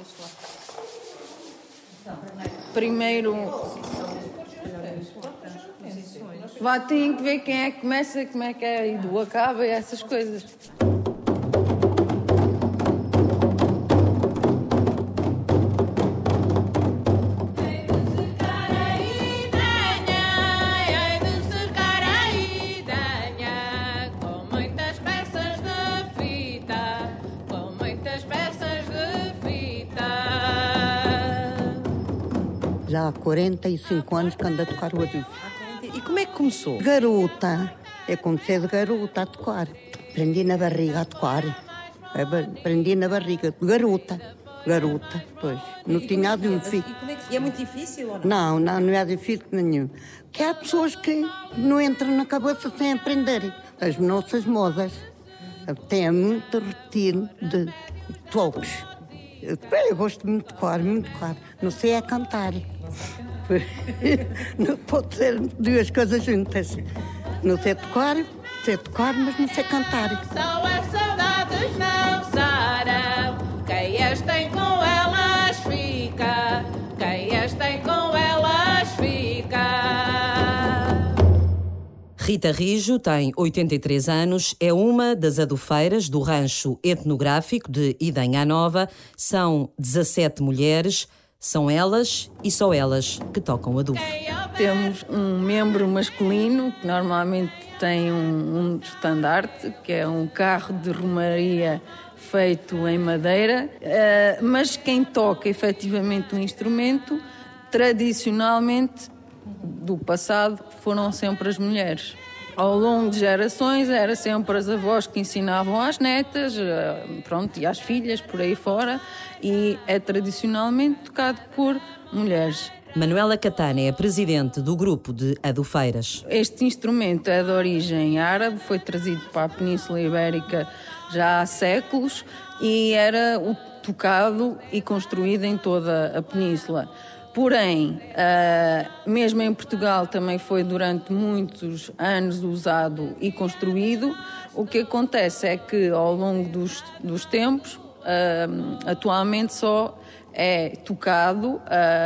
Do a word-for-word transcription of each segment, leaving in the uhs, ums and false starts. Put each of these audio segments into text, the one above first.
Primeiro, vá, tem que ver quem é que começa, como é que é, e do acaba e essas coisas. Já há quarenta e cinco anos que ando a tocar o adufo. E como é que começou? Garota. Eu comecei de garota a tocar. Aprendi na barriga a tocar. Aprendi na barriga. Garota. Garota, pois. Não e tinha adufo. E, como é que... e é muito difícil ou não? Não, não, não é difícil nenhum. Que há pessoas que não entram na cabeça sem aprenderem. As nossas modas têm muito retiro de toques. Eu gosto muito de tocar, muito de tocar. Não sei é cantar. Não pode ser duas coisas juntas. Não sei tocar, sei tocar, mas não sei cantar. São as saudades não saram. Quem as tem com elas fica. Quem as tem com elas fica. Rita Rijo tem oitenta e três anos, é uma das adufeiras do rancho etnográfico de Idenha Nova. São dezassete mulheres, são elas e só elas que tocam adufo. Temos um membro masculino que normalmente tem um, um estandarte, que é um carro de romaria feito em madeira, uh, mas quem toca efetivamente o instrumento, tradicionalmente, do passado, foram sempre as mulheres. Ao longo de gerações, era sempre as avós que ensinavam às netas, pronto, e às filhas, por aí fora, e é tradicionalmente tocado por mulheres. Manuela Catana é a presidente do grupo de adufeiras. Este instrumento é de origem árabe, foi trazido para a Península Ibérica já há séculos e era tocado e construído em toda a península. Porém, uh, mesmo em Portugal também foi durante muitos anos usado e construído. O que acontece é que ao longo dos, dos tempos, uh, atualmente só é tocado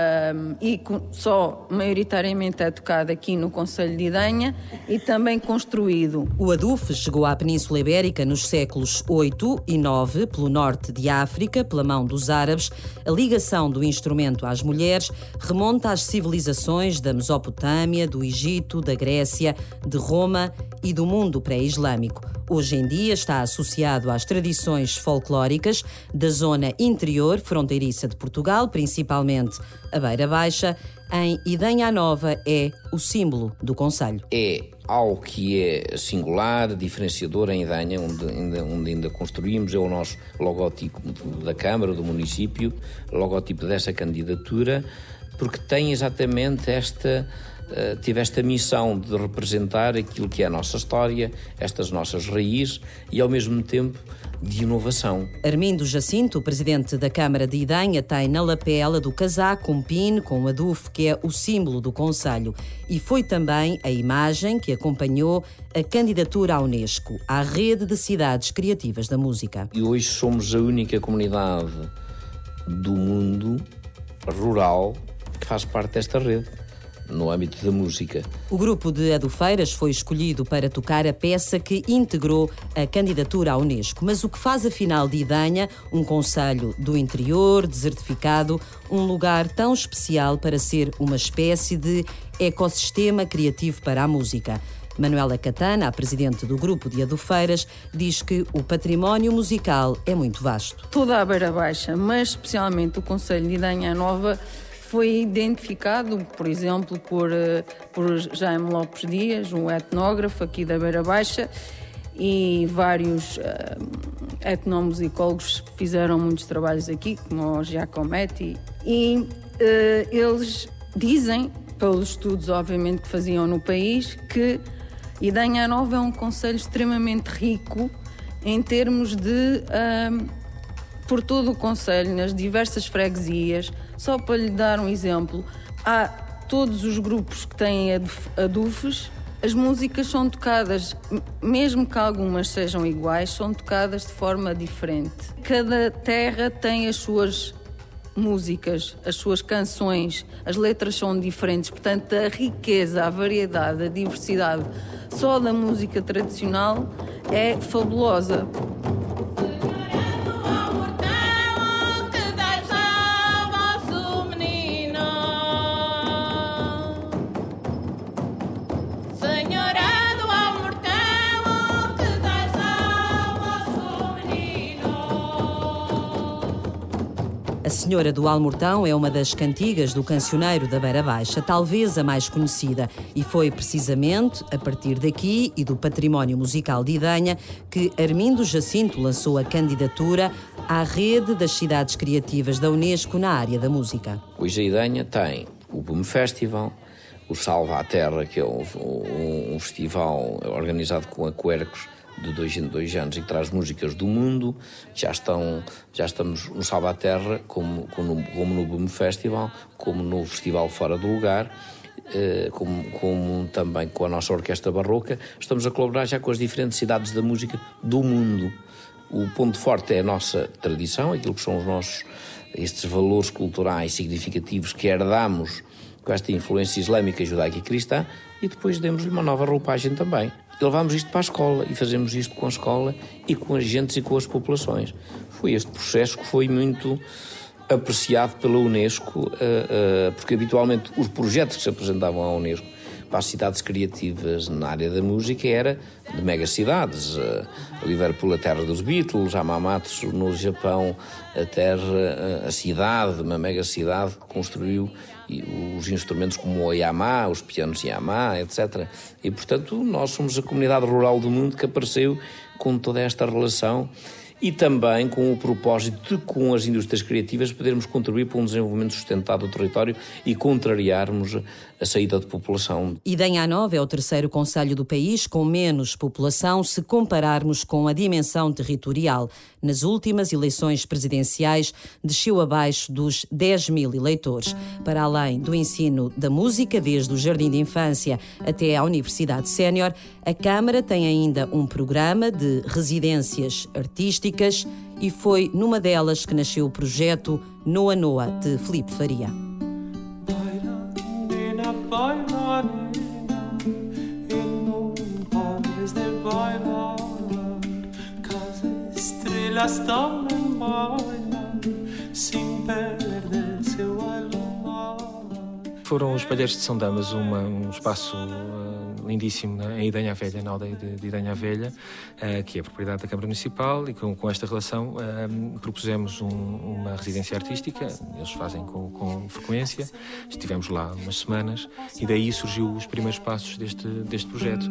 uh, e só maioritariamente é tocado aqui no concelho de Idenha e também construído. O adufo chegou à Península Ibérica nos séculos oito e nove, pelo norte de África, pela mão dos árabes. A ligação do instrumento às mulheres remonta às civilizações da Mesopotâmia, do Egito, da Grécia, de Roma e do mundo pré-islâmico. Hoje em dia está associado às tradições folclóricas da zona interior fronteiriça de Portugal, principalmente a Beira Baixa. Em Idenha Nova é o símbolo do concelho. É algo que é singular, diferenciador em Idenha, onde ainda, onde ainda construímos, é o nosso logótipo da Câmara, do município, logótipo dessa candidatura, porque tem exatamente esta... Uh, tive esta missão de representar aquilo que é a nossa história, estas nossas raízes e, ao mesmo tempo, de inovação. Armindo Jacinto, presidente da Câmara de Idenha, tem na lapela do casaco um pino com um adufo que é o símbolo do concelho e foi também a imagem que acompanhou a candidatura à Unesco, à Rede de Cidades Criativas da Música. E hoje somos a única comunidade do mundo rural que faz parte desta rede, no âmbito da música. O grupo de adufeiras foi escolhido para tocar a peça que integrou a candidatura à Unesco. Mas o que faz afinal de Idenha um concelho do interior, desertificado, um lugar tão especial para ser uma espécie de ecossistema criativo para a música? Manuela Catana, a presidente do grupo de adufeiras, diz que o património musical é muito vasto. Toda a Beira Baixa, mas especialmente o concelho de Idenha Nova, foi identificado, por exemplo, por, por Jaime Lopes Dias, um etnógrafo aqui da Beira Baixa, e vários uh, etnomusicólogos fizeram muitos trabalhos aqui, como o Giacometti, e uh, eles dizem, pelos estudos obviamente que faziam no país, que Idenha Nova é um concelho extremamente rico em termos de... Uh, por todo o concelho, nas diversas freguesias. Só para lhe dar um exemplo, há todos os grupos que têm adufes, as músicas são tocadas, mesmo que algumas sejam iguais, são tocadas de forma diferente. Cada terra tem as suas músicas, as suas canções, as letras são diferentes, portanto a riqueza, a variedade, a diversidade só da música tradicional é fabulosa. A Senhora do Almortão é uma das cantigas do cancioneiro da Beira Baixa, talvez a mais conhecida, e foi precisamente a partir daqui e do património musical de Idanha que Armindo Jacinto lançou a candidatura à rede das cidades criativas da Unesco na área da música. Hoje a Idanha tem o Boom Festival, o Salva a Terra, que é um, um, um festival organizado com a Quercus, de dois em dois anos, e que traz músicas do mundo. Já, estão, já estamos no Salva a Terra, como, como, como no Boom Festival, como no Festival Fora do Lugar, eh, como, como também com a nossa Orquestra Barroca. Estamos a colaborar já com as diferentes cidades da música do mundo. O ponto forte é a nossa tradição, aquilo que são os nossos, estes valores culturais significativos que herdamos com esta influência islâmica, judaica e cristã, e depois demos-lhe uma nova roupagem também. E levámos isto para a escola, e fazemos isto com a escola e com as gentes e com as populações. Foi este processo que foi muito apreciado pela Unesco, porque habitualmente os projetos que se apresentavam à Unesco para as cidades criativas na área da música era de megacidades. Liverpool, a terra dos Beatles, Hamamatsu no Japão, a terra, a cidade, uma megacidade que construiu os instrumentos como o Yamaha, os pianos Yamaha, etcétera. E, portanto, nós somos a comunidade rural do mundo que apareceu com toda esta relação e também com o propósito de, com as indústrias criativas, podermos contribuir para um desenvolvimento sustentado do território e contrariarmos a saída de população. Idanha Nova é o terceiro concelho do país com menos população se compararmos com a dimensão territorial. Nas últimas eleições presidenciais, desceu abaixo dos dez mil eleitores. Para além do ensino da música, desde o jardim de infância até à Universidade Sénior, a Câmara tem ainda um programa de residências artísticas e foi numa delas que nasceu o projeto Noa Noa, de Filipe Faria. Foram os Palheiros de São Damas, uma, um espaço uh, lindíssimo né, em Idanha Velha, na aldeia de, de Idanha Velha, uh, que é propriedade da Câmara Municipal, e com, com esta relação uh, propusemos um, uma residência artística. Eles fazem com, com frequência. Estivemos lá umas semanas e daí surgiu os primeiros passos deste, deste projeto.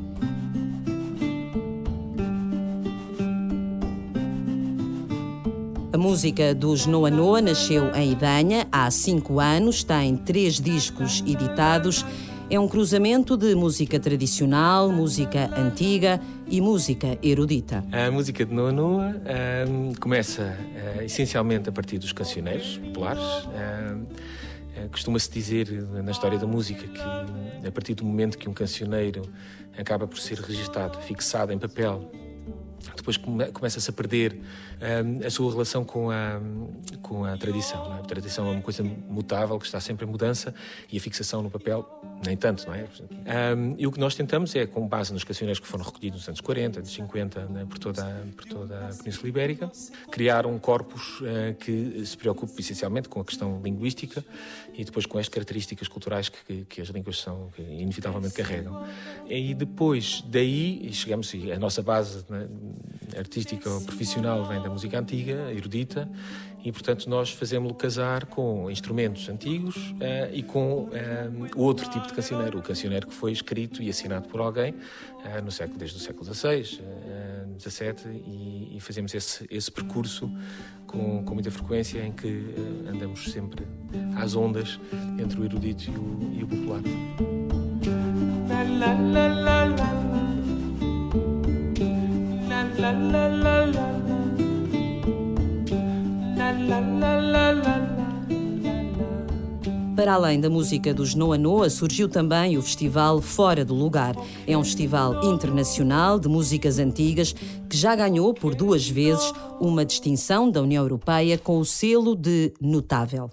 A música dos Noa Noa nasceu em Idanha há cinco anos, tem três discos editados. É um cruzamento de música tradicional, música antiga e música erudita. A música de Noa Noa um, começa uh, essencialmente a partir dos cancioneiros populares. Uh, uh, Costuma-se dizer na história da música que a partir do momento que um cancioneiro acaba por ser registado, fixado em papel, depois começa-se a perder um, a sua relação com a, com a tradição. Não é? A tradição é uma coisa mutável, que está sempre em mudança, e a fixação no papel, nem tanto, não é? Um, e o que nós tentamos é, com base nos cancioneiros que foram recolhidos nos anos quarenta, anos cinquenta, né, por, toda a, por toda a Península Ibérica, criar um corpus uh, que se preocupe essencialmente com a questão linguística e depois com as características culturais que, que as línguas são, que inevitavelmente carregam. E depois, daí, chegamos, e a nossa base, né, artística ou profissional vem da música antiga, erudita, e portanto nós fazemos-lo casar com instrumentos antigos uh, e com uh, outro tipo de cancioneiro, o cancioneiro que foi escrito e assinado por alguém uh, no século, desde o século dezasseis, uh, dezassete, e, e fazemos esse, esse percurso com, com muita frequência, em que uh, andamos sempre às ondas entre o erudito e o, e o popular. La, la, la, la. La la la la la la la la la la la. Para além da música dos Noa Noa, surgiu também o Festival Fora do Lugar. É um festival internacional de músicas antigas que já ganhou por duas vezes uma distinção da União Europeia com o selo de notável.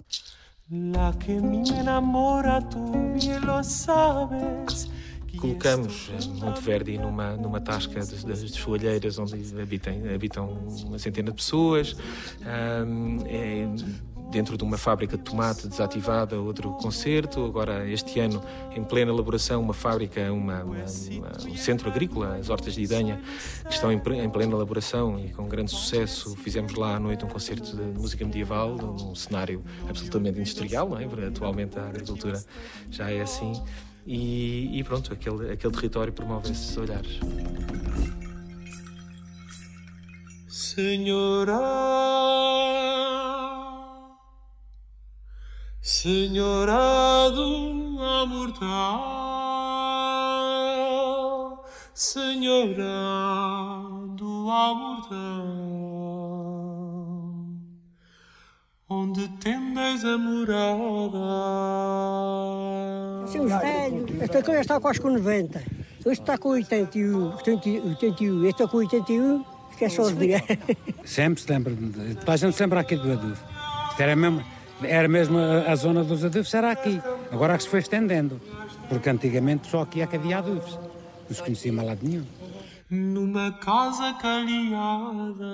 Colocamos Monteverdi numa, numa tasca das, das desfolheiras onde habitam, habitam uma centena de pessoas. Um, é, dentro de uma fábrica de tomate desativada, outro concerto. Agora, este ano, em plena elaboração, uma fábrica, uma, uma, uma, um centro agrícola, as Hortas de Idanha, que estão em, em plena elaboração e com grande sucesso. Fizemos lá à noite um concerto de música medieval, num cenário absolutamente industrial, não é? Atualmente a agricultura já é assim. E, e pronto, aquele, aquele território promove esses olhares. Senhora, Senhora do amor tal, Senhora do amor tal, onde tendes a morada. Seus velhos, esta coisa está quase com noventa. Este está com oitenta e um, oitenta e um, este está com oitenta e um, esquece só os dias. Sempre se lembra, toda a gente sempre aqui do Adufo. Isto era mesmo, era mesmo a, a zona dos Adufos, era aqui. Agora é que se foi estendendo, porque antigamente só aqui é que havia Adufos. Não se conhecia mais lado nenhum. Numa casa calhada.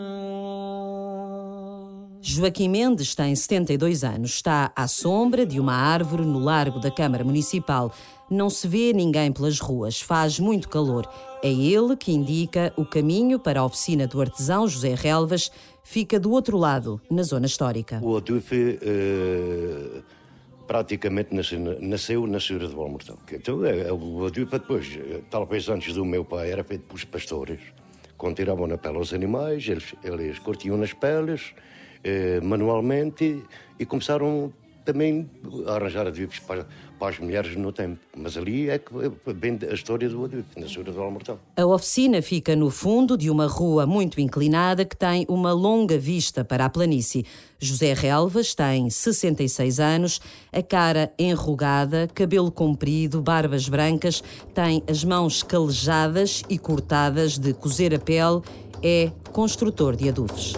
Joaquim Mendes tem setenta e dois anos. Está à sombra de uma árvore no largo da Câmara Municipal. Não se vê ninguém pelas ruas. Faz muito calor. É ele que indica o caminho para a oficina do artesão José Relvas. Fica do outro lado, na zona histórica. O Adufe uh, praticamente nasceu, nasceu na Senhora do Almortão. Então, o Adufe depois, talvez antes do meu pai, era feito pelos pastores. Quando tiravam na pele os animais, eles, eles cortiam nas peles, manualmente, e começaram também a arranjar adubos para, para as mulheres no tempo. Mas ali é que vem a história do adubo, na Senhora do Almortão. A oficina fica no fundo de uma rua muito inclinada que tem uma longa vista para a planície. José Relvas tem sessenta e seis anos, a cara enrugada, cabelo comprido, barbas brancas, tem as mãos calejadas e cortadas de cozer a pele, é construtor de adufes.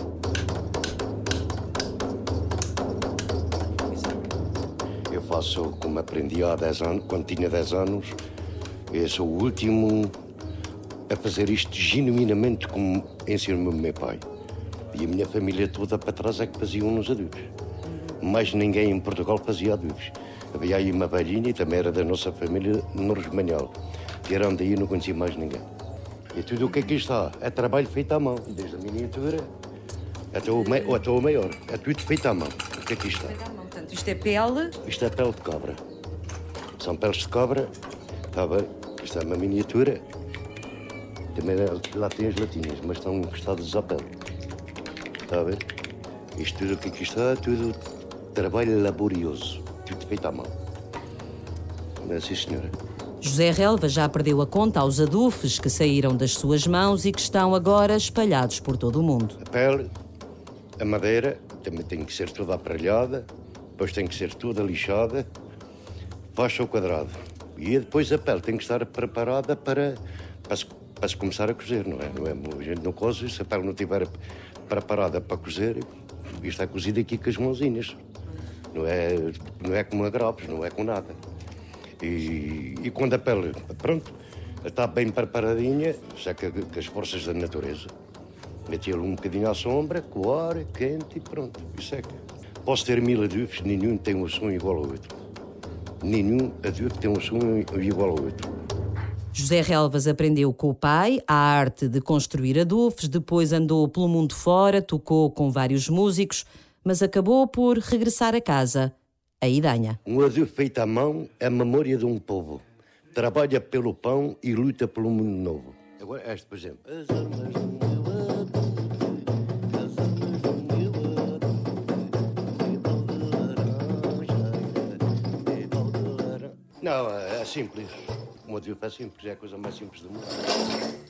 Faço como aprendi há dez anos, quando tinha dez anos. Eu sou o último a fazer isto genuinamente como ensinou-me o meu pai. E a minha família toda para trás é que faziam nos adubos. Mais ninguém em Portugal fazia adubos. Havia aí uma velhinha, também era da nossa família, no Resmanhal. Tirando daí não conhecia mais ninguém. E tudo o que aqui está é trabalho feito à mão, desde a miniatura até o, até o maior. É tudo feito à mão, o que aqui está. Portanto, isto é pele? Isto é pele de cobra. São peles de cobra. Está a ver? Isto é uma miniatura. Também lá tem as latinhas, mas estão encostadas à pele. Está a ver? Isto tudo o que aqui está é tudo trabalho laborioso. Tudo feito à mão. Não é assim, senhora? José Relvas já perdeu a conta aos adufes que saíram das suas mãos e que estão agora espalhados por todo o mundo. A pele, a madeira, também tem que ser toda aparelhada. Depois tem que ser toda lixada, faixa ao quadrado. E depois a pele tem que estar preparada para, para, se, para se começar a cozer, não é? Não é? A gente não cose, se a pele não estiver preparada para cozer, isto é cozido aqui com as mãozinhas. Não é, não é com agravos, não é com nada. E, e quando a pele, pronto, está bem preparadinha, seca com as forças da natureza. Mete-lhe um bocadinho à sombra, com o ar, quente e pronto, e seca. Posso ter mil adubos, nenhum tem um som igual ao outro. Nenhum adubo tem um som igual ao outro. José Relvas aprendeu com o pai a arte de construir adufes, depois andou pelo mundo fora, tocou com vários músicos, mas acabou por regressar a casa, a Idanha. Um adubo feito à mão é a memória de um povo. Trabalha pelo pão e luta pelo mundo novo. Agora este, por exemplo. Não, é simples. O adubo é simples, é a coisa mais simples do mundo.